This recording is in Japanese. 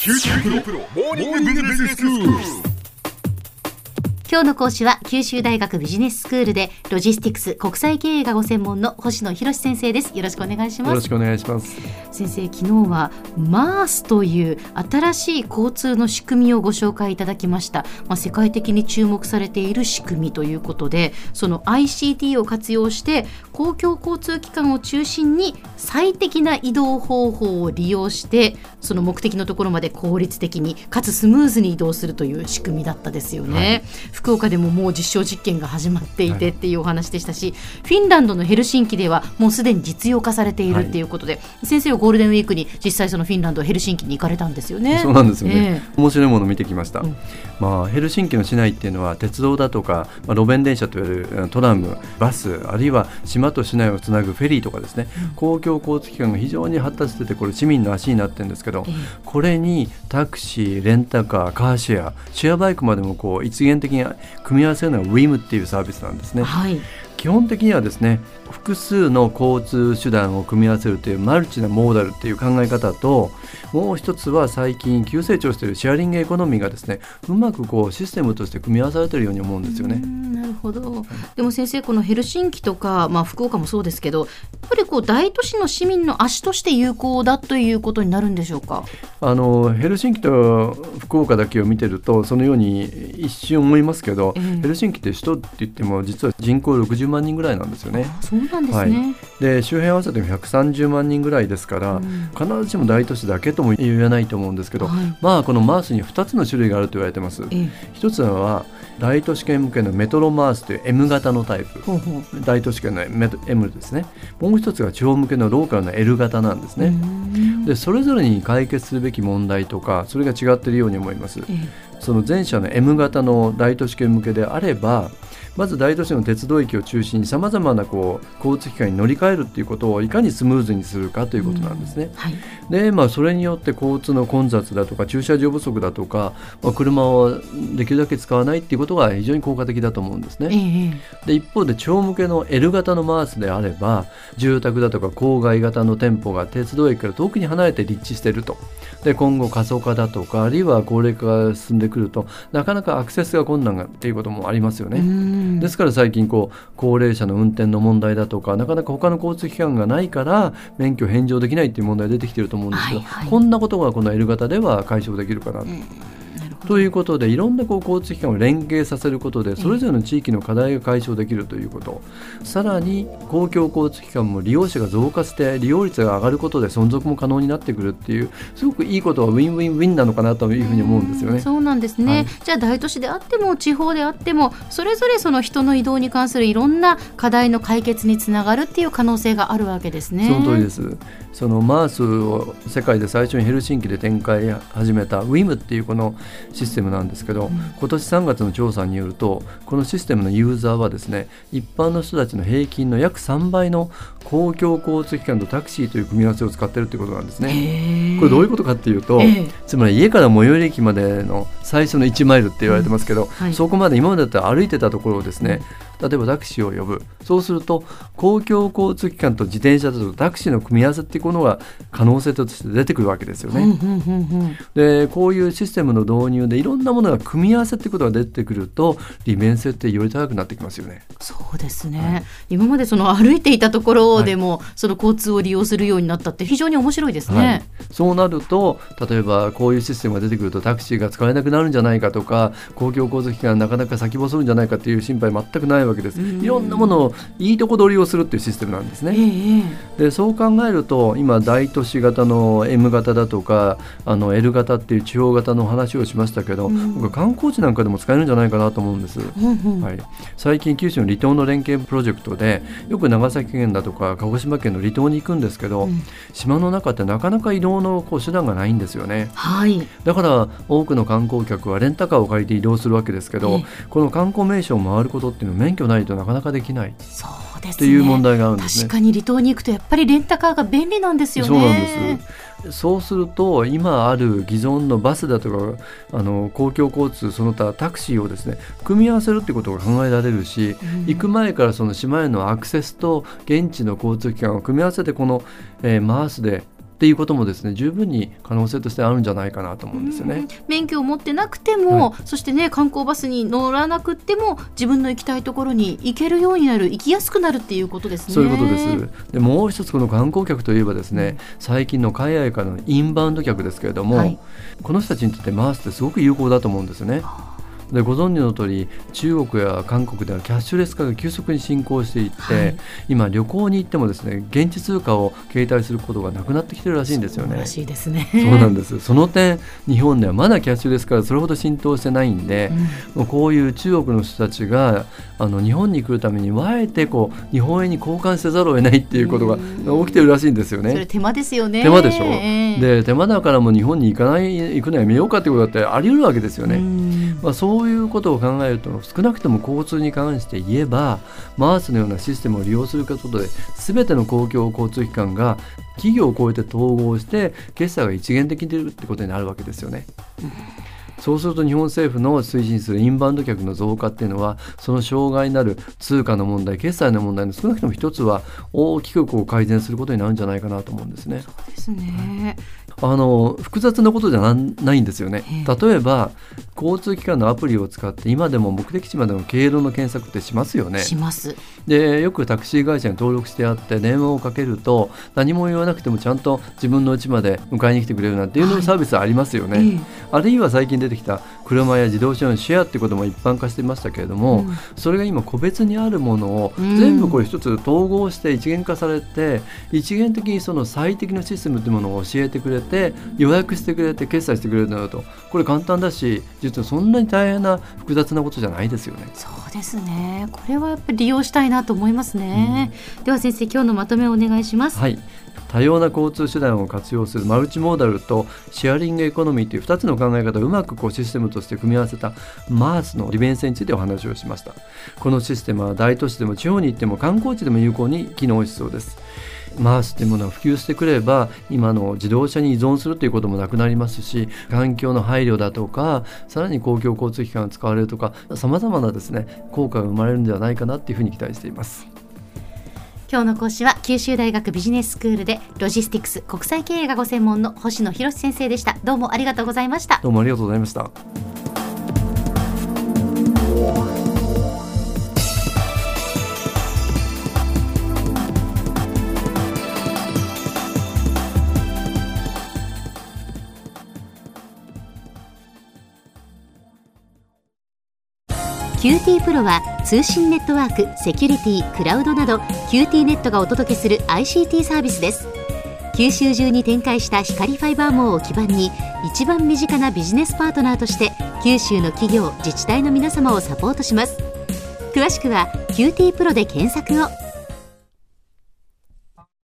九州大学モーニングビジネススクール。 今日の講師は九州大学ビジネススクールでロジスティクス国際経営がご専門の星野博先生です。よろしくお願いします。 よろしくお願いします。 先生、昨日は MaaS という新しい交通の仕組みをご紹介いただきました。世界的に注目されている仕組みということで、その ICT を活用して公共交通機関を中心に最適な移動方法を利用してその目的のところまで効率的にかつスムーズに移動するという仕組みだったですよね、はい。福岡でももう実証実験が始まっていてっていうお話でしたし、フィンランドのヘルシンキではもうすでに実用化されているっていうことで、先生はゴールデンウィークに実際そのフィンランドヘルシンキに行かれたんですよね。 そうなんですよね、面白いものを見てきました、ヘルシンキの市内っていうのは鉄道だとか、路面電車といわれるトラム、バス、あるいは島と市内をつなぐフェリーとかですね、公共交通機関が非常に発達してて、これ市民の足になってるんですけど、これにタクシー、レンタカー、カーシェア、シェアバイクまでもこう一元的に組み合わせるのが WIM っていうサービスなんですね、はい。基本的にはですね、複数の交通手段を組み合わせるというマルチなモーダルっていう考え方と、もう一つは最近急成長しているシェアリングエコノミーがですね、うまくこうシステムとして組み合わされているように思うんですよね。 なるほど。でも先生、このヘルシンキとか、福岡もそうですけど、やっぱりこう大都市の市民の足として有効だということになるんでしょうか。 ヘルシンキと福岡だけを見てるとそのように一瞬思いますけど、ヘルシンキって首都って言っても実は人口60万人ぐらいなんですよね。 そうなんですね、 で周辺合わせても130万人ぐらいですから、必ずしも大都市だけとも言えないと思うんですけど、このマースに2つの種類があると言われてます。一つは大都市圏向けのメトロマースという M 型のタイプ、大都市圏の M ですね。もう一つが地方向けのローカルの L 型なんですね。でそれぞれに解決すべき問題とかそれが違っているように思います。その前者の M 型の大都市圏向けであれば、まず大都市の鉄道駅を中心にさまざまな交通機関に乗り換えるということをいかにスムーズにするかということなんですね、でそれによって交通の混雑だとか駐車場不足だとか、車をできるだけ使わないということが非常に効果的だと思うんですね、で一方で地方向けの L 型のマースであれば、住宅だとか郊外型の店舗が鉄道駅から遠くに離れて立地していると。で今後過疎化だとかあるいは高齢化が進んでくるとなかなかアクセスが困難っていうこともありますよね。ですから最近高齢者の運転の問題だとかなかなか他の交通機関がないから免許返上できないっていう問題が出てきていると思うんですけど、こんなことがこの L 型では解消できるかなということで、いろんな交通機関を連携させることでそれぞれの地域の課題が解消できるということ、さらに公共交通機関も利用者が増加して利用率が上がることで存続も可能になってくるっていう、すごくいいことはウィンウィンウィンなのかなというふうに思うんですよね。 そうなんですね、じゃあ大都市であっても地方であってもそれぞれその人の移動に関するいろんな課題の解決につながるっていう可能性があるわけですね。 その通りです。そのマースを世界で最初にヘルシンキで展開始めた WIM っていうこのシステムなんですけど、今年3月の調査によるとこのシステムのユーザーはですね、一般の人たちの平均の約3倍の公共交通機関とタクシーという組み合わせを使っているということなんですね。これどういうことかっていうと、つまり家から最寄り駅までの最初の1マイルって言われてますけど、そこまで今までだったら歩いてたところをですね、例えばタクシーを呼ぶ。そうすると公共交通機関と自転車とタクシーの組み合わせっていうのが可能性として出てくるわけですよね、でこういうシステムの導入でいろんなものが組み合わせっていうことが出てくると利便性ってより高くなってきますよね。 そうですね、今までその歩いていたところでも、その交通を利用するようになったって非常に面白いですね、 そうなると例えばこういうシステムが出てくるとタクシーが使えなくなるんじゃないかとか、公共交通機関がなかなか先細るんじゃないかっていう心配全くないわけです。いろんなものをいいとこ取りをするっていうシステムなんですね、でそう考えると今大都市型の M 型だとかL 型っていう地方型の話をしましたけど、僕観光地なんかでも使えるんじゃないかなと思うんです、最近九州の離島の連携プロジェクトでよく長崎県だとか鹿児島県の離島に行くんですけど、島の中ってなかなか移動の手段がないんですよね、だから多くの観光客はレンタカーを借りて移動するわけですけど、この観光名所を回ることっていうのは免許ないとなかなかできない。 そうですね、 っていう問題があるんですね。 確かに離島に行くとやっぱりレンタカーが便利なんですよね。 そうなんです。そうすると今ある既存のバスだとか公共交通その他タクシーをですね組み合わせるってことが考えられるし、行く前からその島へのアクセスと現地の交通機関を組み合わせてこのマースでっていうこともですね、十分に可能性としてあるんじゃないかなと思うんですよね。 免許を持ってなくても、そしてね、観光バスに乗らなくても自分の行きたいところに行けるようになる、行きやすくなるっていうことですね。 そういうことです。でもう一つ、この観光客といえばですね、最近の海外からのインバウンド客ですけれども、この人たちにとってMaaSってすごく有効だと思うんですね。でご存知の通り、中国や韓国ではキャッシュレス化が急速に進行していって、今旅行に行ってもですね、現地通貨を携帯することがなくなってきてるらしいんですよね。 らしいですね。 そうなんです。その点、日本ではまだキャッシュレス化がそれほど浸透してないんで、こういう中国の人たちが日本に来るためにあえて日本円に交換せざるを得ないっていうことが起きてるらしいんですよね。 それ手間ですよね。 手間でしょ。で手間だからもう日本に行くのやめようかってことだってあり得るわけですよね。そういうことを考えると、少なくとも交通に関して言えばMaaSのようなシステムを利用することで、全ての公共交通機関が企業を超えて統合して決済が一元的に出るってことになるわけですよね。そうすると日本政府の推進するインバウンド客の増加っていうのは、その障害になる通貨の問題、決済の問題の少なくとも一つは大きく改善することになるんじゃないかなと思うんですね。 そうですね。 複雑なことじゃないんですよね。例えば交通機関のアプリを使って今でも目的地までの経路の検索ってしますよね。 します。 でよくタクシー会社に登録してあって電話をかけると、何も言わなくてもちゃんと自分の家まで迎えに来てくれるなんていうのサービスありますよね。あるいは最近出てきた車や自動車のシェアってことも一般化してましたけれども、それが今個別にあるものを全部これ一つ統合して一元化されて、一元的にその最適なシステムっていうものを教えてくれて、予約してくれて決済してくれるのだと、これ簡単だし、実はそんなに大変な複雑なことじゃないですよね。 そうですね。これはやっぱり利用したいなと思いますね。では先生、今日のまとめをお願いします。 多様な交通手段を活用するマルチモーダルとシェアリングエコノミーという2つの考え方をうまくシステムとして組み合わせたMaaSの利便性についてお話をしました。このシステムは大都市でも地方に行っても観光地でも有効に機能しそうです。MaaSというものが普及してくれば、今の自動車に依存するということもなくなりますし、環境の配慮だとか、さらに公共交通機関が使われるとか、さまざまなですね、効果が生まれるんではないかなというふうに期待しています。 今日の講師は九州大学ビジネススクールでロジスティクス国際経営がご専門の星野博先生でした。どうもありがとうございました。 どうもありがとうございました。 QT プロは通信ネットワーク、セキュリティ、クラウドなど QT ネットがお届けする ICT サービスです。九州中に展開した光ファイバー網を基盤に、一番身近なビジネスパートナーとして九州の企業、自治体の皆様をサポートします。詳しくは QT プロで検索を。